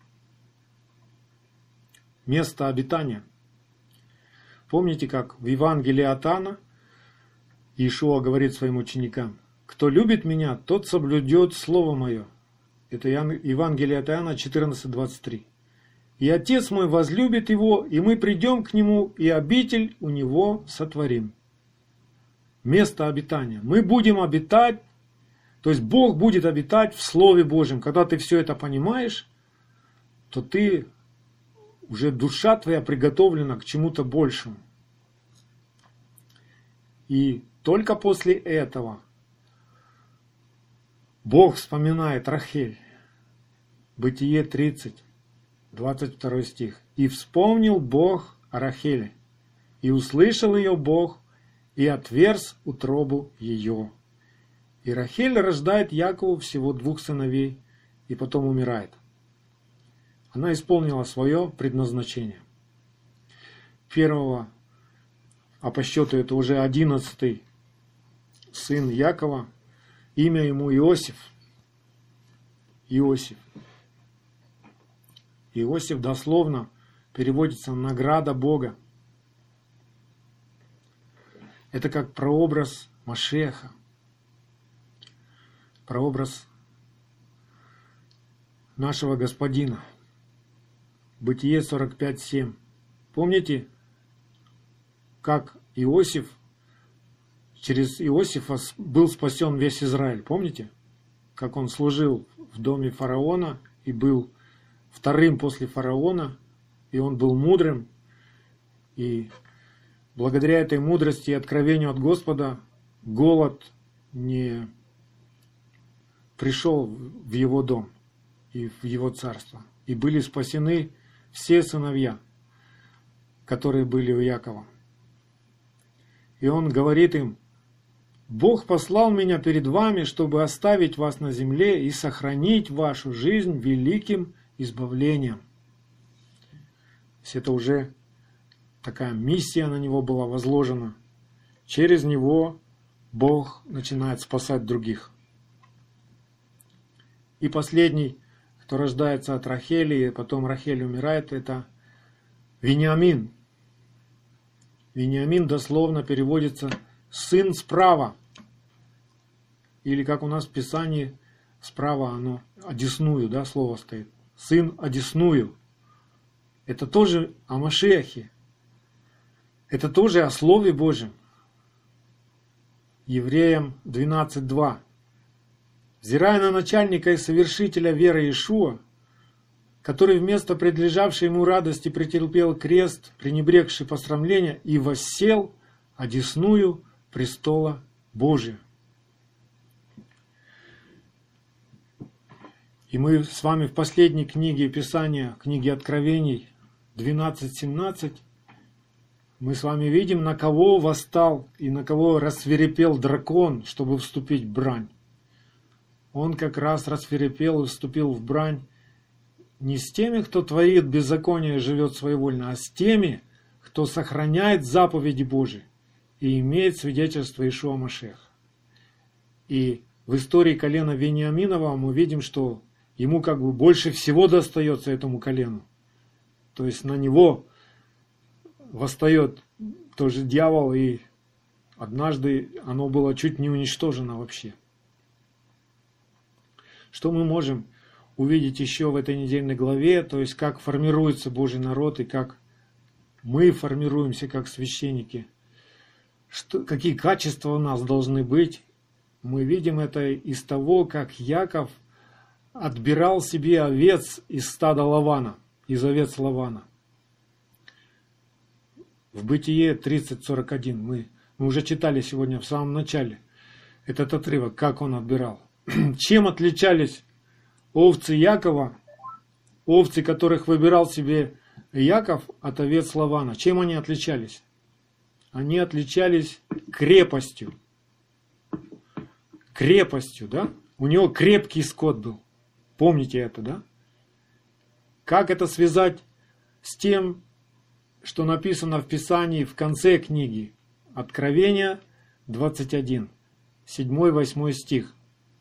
Место обитания. Помните, как в Евангелии от Иоанна Иешуа говорит своим ученикам: «Кто любит меня, тот соблюдет Слово Мое». Это Евангелие от Иоанна 14:23. «И Отец мой возлюбит его, и мы придем к нему, и обитель у него сотворим». Место обитания. Мы будем обитать, то есть Бог будет обитать в Слове Божьем. Когда ты все это понимаешь, то ты уже душа твоя приготовлена к чему-то большему. И только после этого Бог вспоминает Рахель. Бытие 30, 22 стих. «И вспомнил Бог о Рахеле, и услышал ее Бог, и отверз утробу ее. И Рахель рождает Якову всего 2 сыновей, и потом умирает». Она исполнила свое предназначение. Первого, а по счету это уже 11-й сын Якова, имя ему Иосиф. Иосиф. Иосиф дословно переводится «награда Бога». Это как прообраз Машеха, прообраз нашего Господина. Бытие 45:7. Помните, как Иосиф, через Иосифа был спасен весь Израиль? Помните? Как он служил в доме фараона и был вторым после фараона, и он был мудрым, и благодаря этой мудрости и откровению от Господа голод не пришел в его дом и в его царство. И были спасены все сыновья, которые были у Якова. И он говорит им: «Бог послал меня перед вами, чтобы оставить вас на земле и сохранить вашу жизнь великим избавлением». То есть это уже такая миссия на него была возложена. Через него Бог начинает спасать других. И последний, кто рождается от Рахели, и потом Рахель умирает, это Вениамин. Вениамин дословно переводится «сын справа». Или как у нас в Писании справа оно одесную, да, слово стоит. Сын одесную. Это тоже о Машиахе. Это тоже о Слове Божьем. Евреям 12:2. «Взирая на начальника и совершителя веры Иешуа, который вместо предлежавшей ему радости претерпел крест, пренебрегший посрамления, и воссел одесную престола Божия». И мы с вами в последней книге Писания, книге Откровений 12:17, мы с вами видим, на кого восстал и на кого рассвирепел дракон, чтобы вступить в брань. Он как раз рассвирепел и вступил в брань не с теми, кто творит беззаконие и живет своевольно, а с теми, кто сохраняет заповеди Божии и имеет свидетельство Иешуа Машиаха. И в истории колена Вениаминова мы видим, что ему как бы больше всего достается этому колену. То есть на него восстает тоже дьявол, и однажды оно было чуть не уничтожено вообще. Что мы можем увидеть еще в этой недельной главе, то есть как формируется Божий народ и как мы формируемся как священники, какие качества у нас должны быть. Мы видим это из того, как Яков отбирал себе овец из стада Лавана, из овец Лавана. В Бытие 30:41 мы уже читали сегодня в самом начале этот отрывок, как он отбирал. Чем отличались овцы Якова, овцы, которых выбирал себе Яков, от овец Лавана? Чем они отличались? Они отличались крепостью. Крепостью, да? У него крепкий скот был. Помните это, да? Как это связать с тем, что написано в Писании в конце книги Откровения 21, 7-8 стих.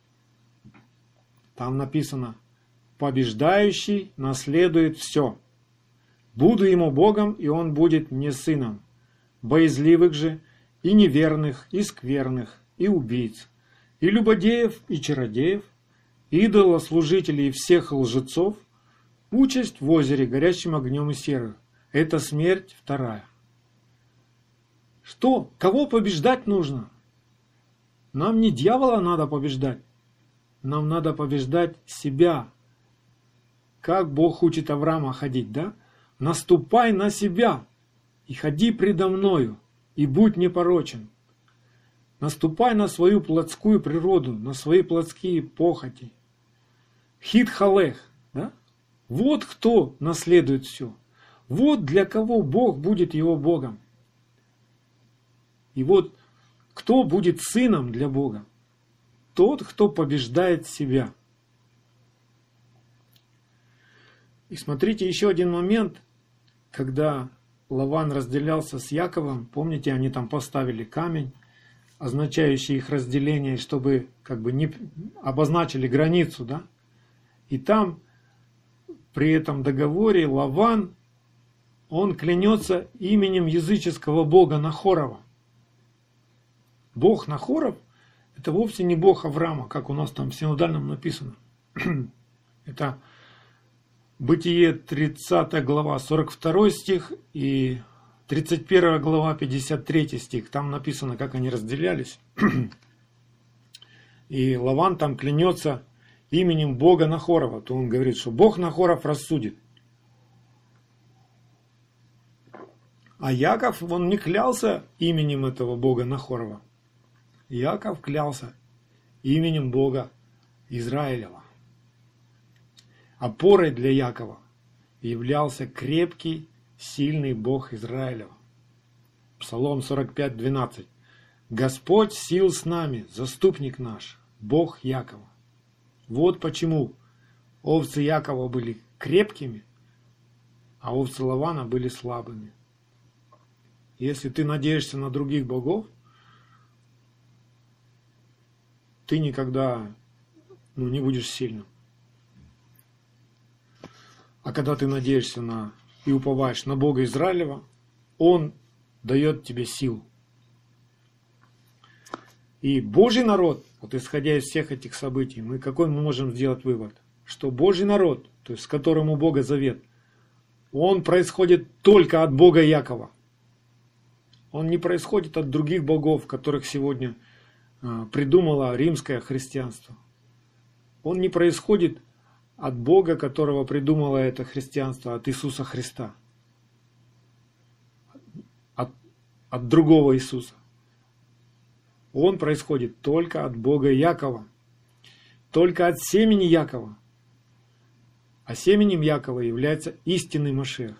Там написано: «Побеждающий наследует все. Буду ему Богом, и он будет мне сыном. Боязливых же, и неверных, и скверных, и убийц, и любодеев, и чародеев, идолослужителей и всех лжецов, участь в озере горящим огнем и серою. Это смерть вторая». Что? Кого побеждать нужно? Нам не дьявола надо побеждать. Нам надо побеждать себя. Как Бог учит Авраама ходить, да? «Наступай на себя, и ходи предо мною, и будь непорочен». Наступай на свою плотскую природу, на свои плотские похоти. Хит халех, да? Вот кто наследует все. Вот для кого Бог будет его Богом. И вот кто будет сыном для Бога? Тот, кто побеждает себя. И смотрите еще один момент, когда Лаван разделялся с Яковом, помните, они там поставили камень, означающий их разделение, чтобы как бы не обозначили границу, да? И там при этом договоре Лаван, он клянется именем языческого бога Нахорова. Бог Нахоров — это вовсе не бог Авраама, как у нас там в синодальном написано. Это Бытие 30 глава 42 стих и 31 глава 53 стих. Там написано, как они разделялись. И Лаван там клянется именем бога Нахорова. То он говорит, что бог Нахоров рассудит. А Яков, он не клялся именем этого бога Нахорова. Яков клялся именем Бога Израилева. Опорой для Якова являлся крепкий, сильный Бог Израилева. Псалом 45:12. «Господь сил с нами, заступник наш, Бог Якова». Вот почему овцы Якова были крепкими, а овцы Лавана были слабыми. Если ты надеешься на других богов, ты никогда не будешь сильным. А когда ты надеешься на и уповаешь на Бога Израилева, Он дает тебе силу. И Божий народ, вот исходя из всех этих событий, какой мы можем сделать вывод? Что Божий народ, то есть с которым у Бога завет, он происходит только от Бога Якова. Он не происходит от других богов, которых сегодня придумало римское христианство. Он не происходит от Бога, которого придумало это христианство, от Иисуса Христа. От другого Иисуса. Он происходит только от Бога Якова. Только от семени Якова. А семенем Якова является истинный Машиах.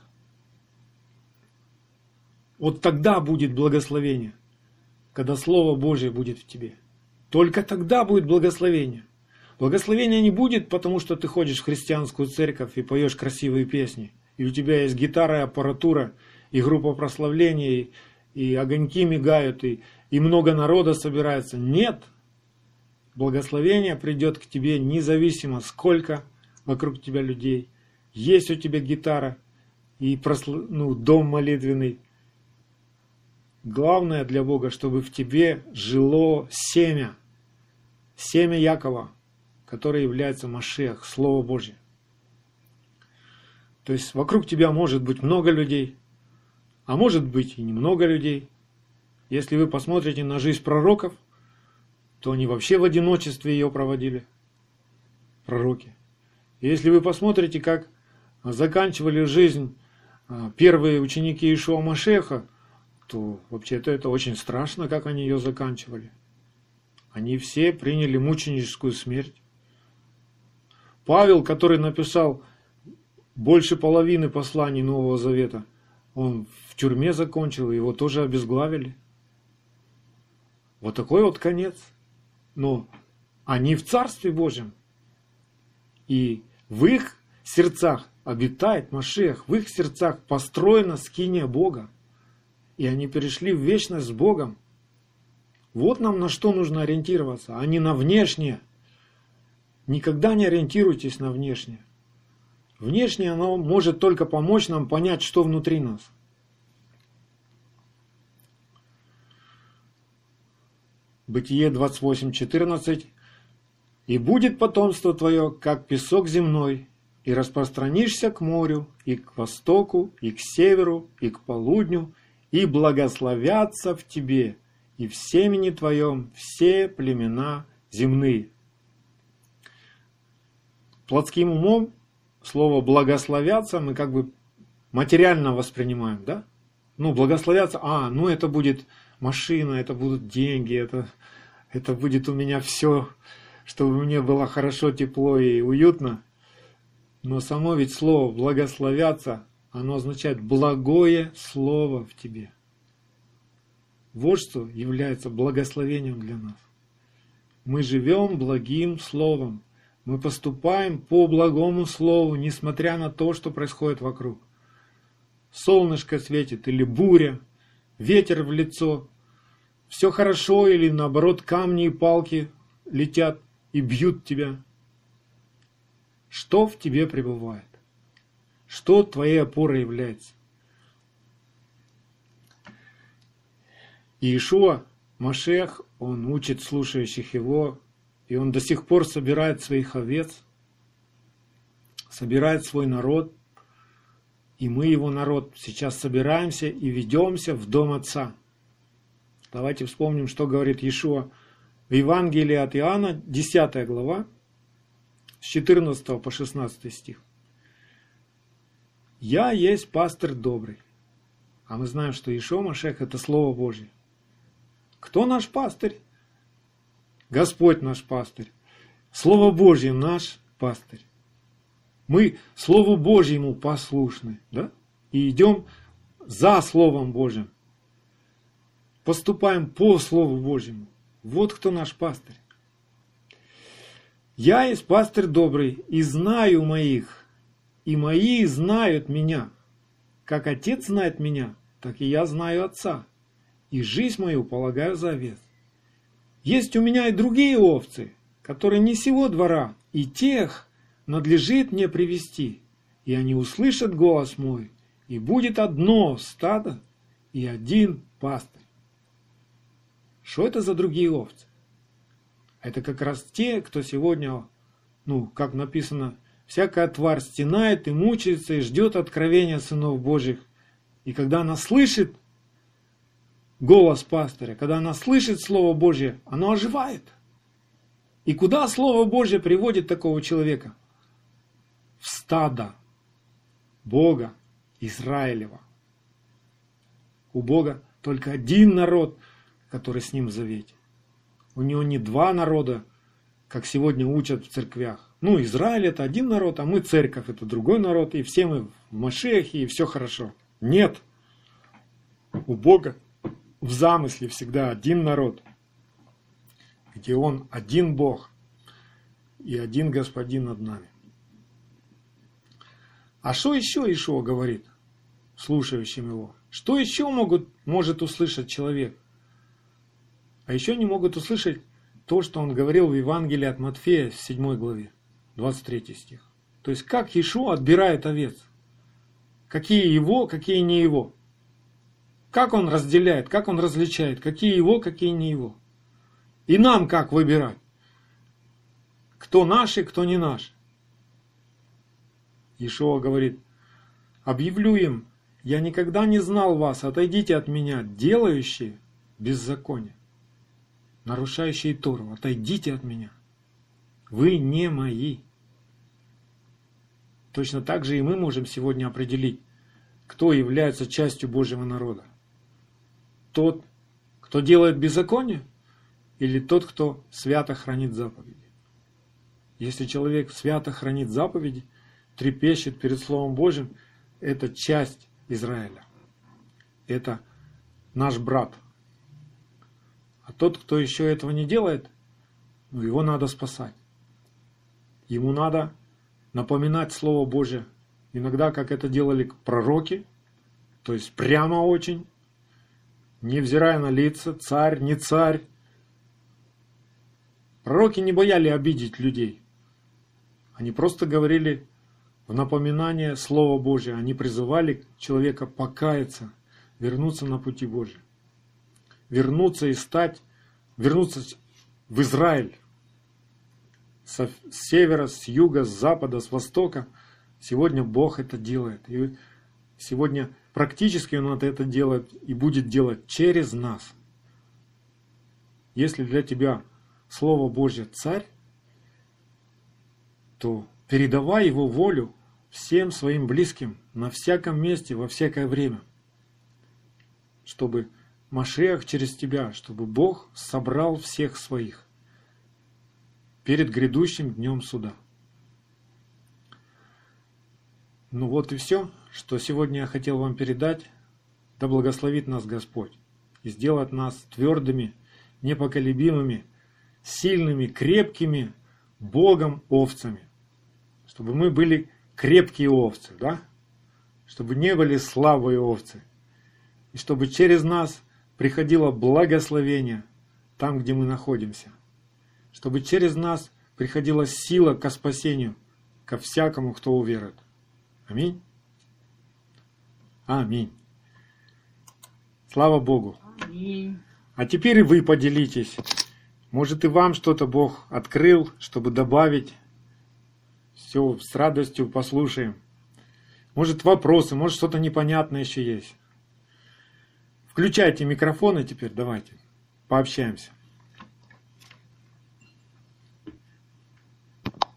Вот тогда будет благословение, когда Слово Божие будет в тебе. Только тогда будет благословение. Благословения не будет, потому что ты ходишь в христианскую церковь и поешь красивые песни. И у тебя есть гитара, и аппаратура, и группа прославления, и огоньки мигают, и много народа собирается. Нет. Благословение придет к тебе независимо, сколько вокруг тебя людей. Есть у тебя гитара и дом молитвенный. Главное для Бога, чтобы в тебе жило семя. Семя Якова, которое является Машиах, Слово Божье. То есть вокруг тебя может быть много людей, а может быть и немного людей. Если вы посмотрите на жизнь пророков, то они вообще в одиночестве ее проводили, пророки. И если вы посмотрите, как заканчивали жизнь первые ученики Иешуа Машиаха, то вообще-то это очень страшно, как они ее заканчивали. Они все приняли мученическую смерть. Павел, который написал больше половины посланий Нового Завета, он в тюрьме закончил, его тоже обезглавили. Вот такой вот конец. Но они в Царстве Божьем. И в их сердцах обитает Машиах, в их сердцах построена скиния Бога. И они перешли в вечность с Богом. Вот нам на что нужно ориентироваться, а не на внешнее. Никогда не ориентируйтесь на внешнее. Внешнее оно может только помочь нам понять, что внутри нас. Бытие 28:14. «И будет потомство твое, как песок земной, и распространишься к морю, и к востоку, и к северу, и к полудню, и благословятся в тебе, и в семени твоем все племена земные». Плотским умом слово «благословятся» мы как бы материально воспринимаем, да? Благословятся, это будет машина, это будут деньги, это будет у меня все, чтобы мне было хорошо, тепло и уютно. Но само ведь слово «благословятся», оно означает «благое слово в тебе». Вот что является благословением для нас. Мы живем благим словом. Мы поступаем по благому слову, несмотря на то, что происходит вокруг. Солнышко светит или буря, ветер в лицо. Все хорошо или наоборот камни и палки летят и бьют тебя. Что в тебе пребывает? Что твоей опорой является? Иешуа, Машиах, он учит слушающих его, и он до сих пор собирает своих овец, собирает свой народ, и мы, его народ, сейчас собираемся и ведемся в дом Отца. Давайте вспомним, что говорит Иешуа в Евангелии от Иоанна, 10 глава, с 14 по 16 стих. «Я есть пастырь добрый». А мы знаем, что Иешуа Машиах – это Слово Божье. Кто наш пастырь? Господь наш пастырь. Слово Божье наш пастырь. Мы Слову Божьему послушны, да? И идем за Словом Божьим. Поступаем по Слову Божьему. Вот кто наш пастырь. «Я есть пастырь добрый, и знаю моих, и мои знают меня. Как Отец знает меня, так и я знаю Отца, и жизнь мою полагаю за овец. Есть у меня и другие овцы, которые не сего двора, и тех надлежит мне привести, и они услышат голос мой, и будет одно стадо и один пастырь». Что это за другие овцы? Это как раз те, кто сегодня, как написано, всякая тварь стенает и мучается, и ждет откровения сынов Божьих. И когда она слышит голос пастыря, когда она слышит Слово Божье, оно оживает. И куда Слово Божье приводит такого человека? В стадо Бога Израилева. У Бога только один народ, который с ним в завете. У него не два народа, как сегодня учат в церквях. ну, Израиль это один народ, а мы церковь это другой народ, и все мы в Машиахе, и все хорошо. Нет. У Бога в замысле всегда один народ, где Он один Бог и один Господин над нами. А что еще Иешуа говорит слушающим Его? Что еще может услышать человек? А еще не могут услышать то, что Он говорил в Евангелии от Матфея, 7 главе, 23 стих. То есть, как Иешуа отбирает овец. Какие Его, какие не Его. Как Он разделяет, как Он различает, какие Его, какие не Его. И нам как выбирать? Кто наши, кто не наши. Иешуа говорит: объявлю им, я никогда не знал вас, отойдите от меня, делающие беззаконие, нарушающие Тору, отойдите от меня. Вы не мои. Точно так же и мы можем сегодня определить, кто является частью Божьего народа. Тот, кто делает беззаконие, или тот, кто свято хранит заповеди. Если человек свято хранит заповеди, трепещет перед Словом Божьим, это часть Израиля. Это наш брат. А тот, кто еще этого не делает, его надо спасать. Ему надо напоминать Слово Божье. Иногда, как это делали пророки, то есть прямо очень, невзирая на лица, царь, не царь. Пророки не боялись обидеть людей. Они просто говорили в напоминание Слова Божия. Они призывали человека покаяться, вернуться на пути Божьи. Вернуться в Израиль. С севера, с юга, с запада, с востока. Сегодня Бог это делает. И сегодня практически Он это делает и будет делать через нас. Если для тебя Слово Божье царь, то передавай Его волю всем своим близким на всяком месте, во всякое время. Чтобы Машиах через тебя, чтобы Бог собрал всех своих перед грядущим днем суда. Ну вот и все, что сегодня я хотел вам передать. Да благословит нас Господь и сделает нас твердыми, непоколебимыми, сильными, крепкими Богом овцами. Чтобы мы были крепкие овцы, да? Чтобы не были слабые овцы. И чтобы через нас приходило благословение там, где мы находимся. Чтобы через нас приходила сила ко спасению, ко всякому, кто уверует. Аминь. Аминь. Слава Богу. Аминь. А теперь и вы поделитесь. Может, и вам что-то Бог открыл, чтобы добавить. Все с радостью послушаем. Может, вопросы, может, что-то непонятное еще есть. Включайте микрофоны теперь, давайте, пообщаемся.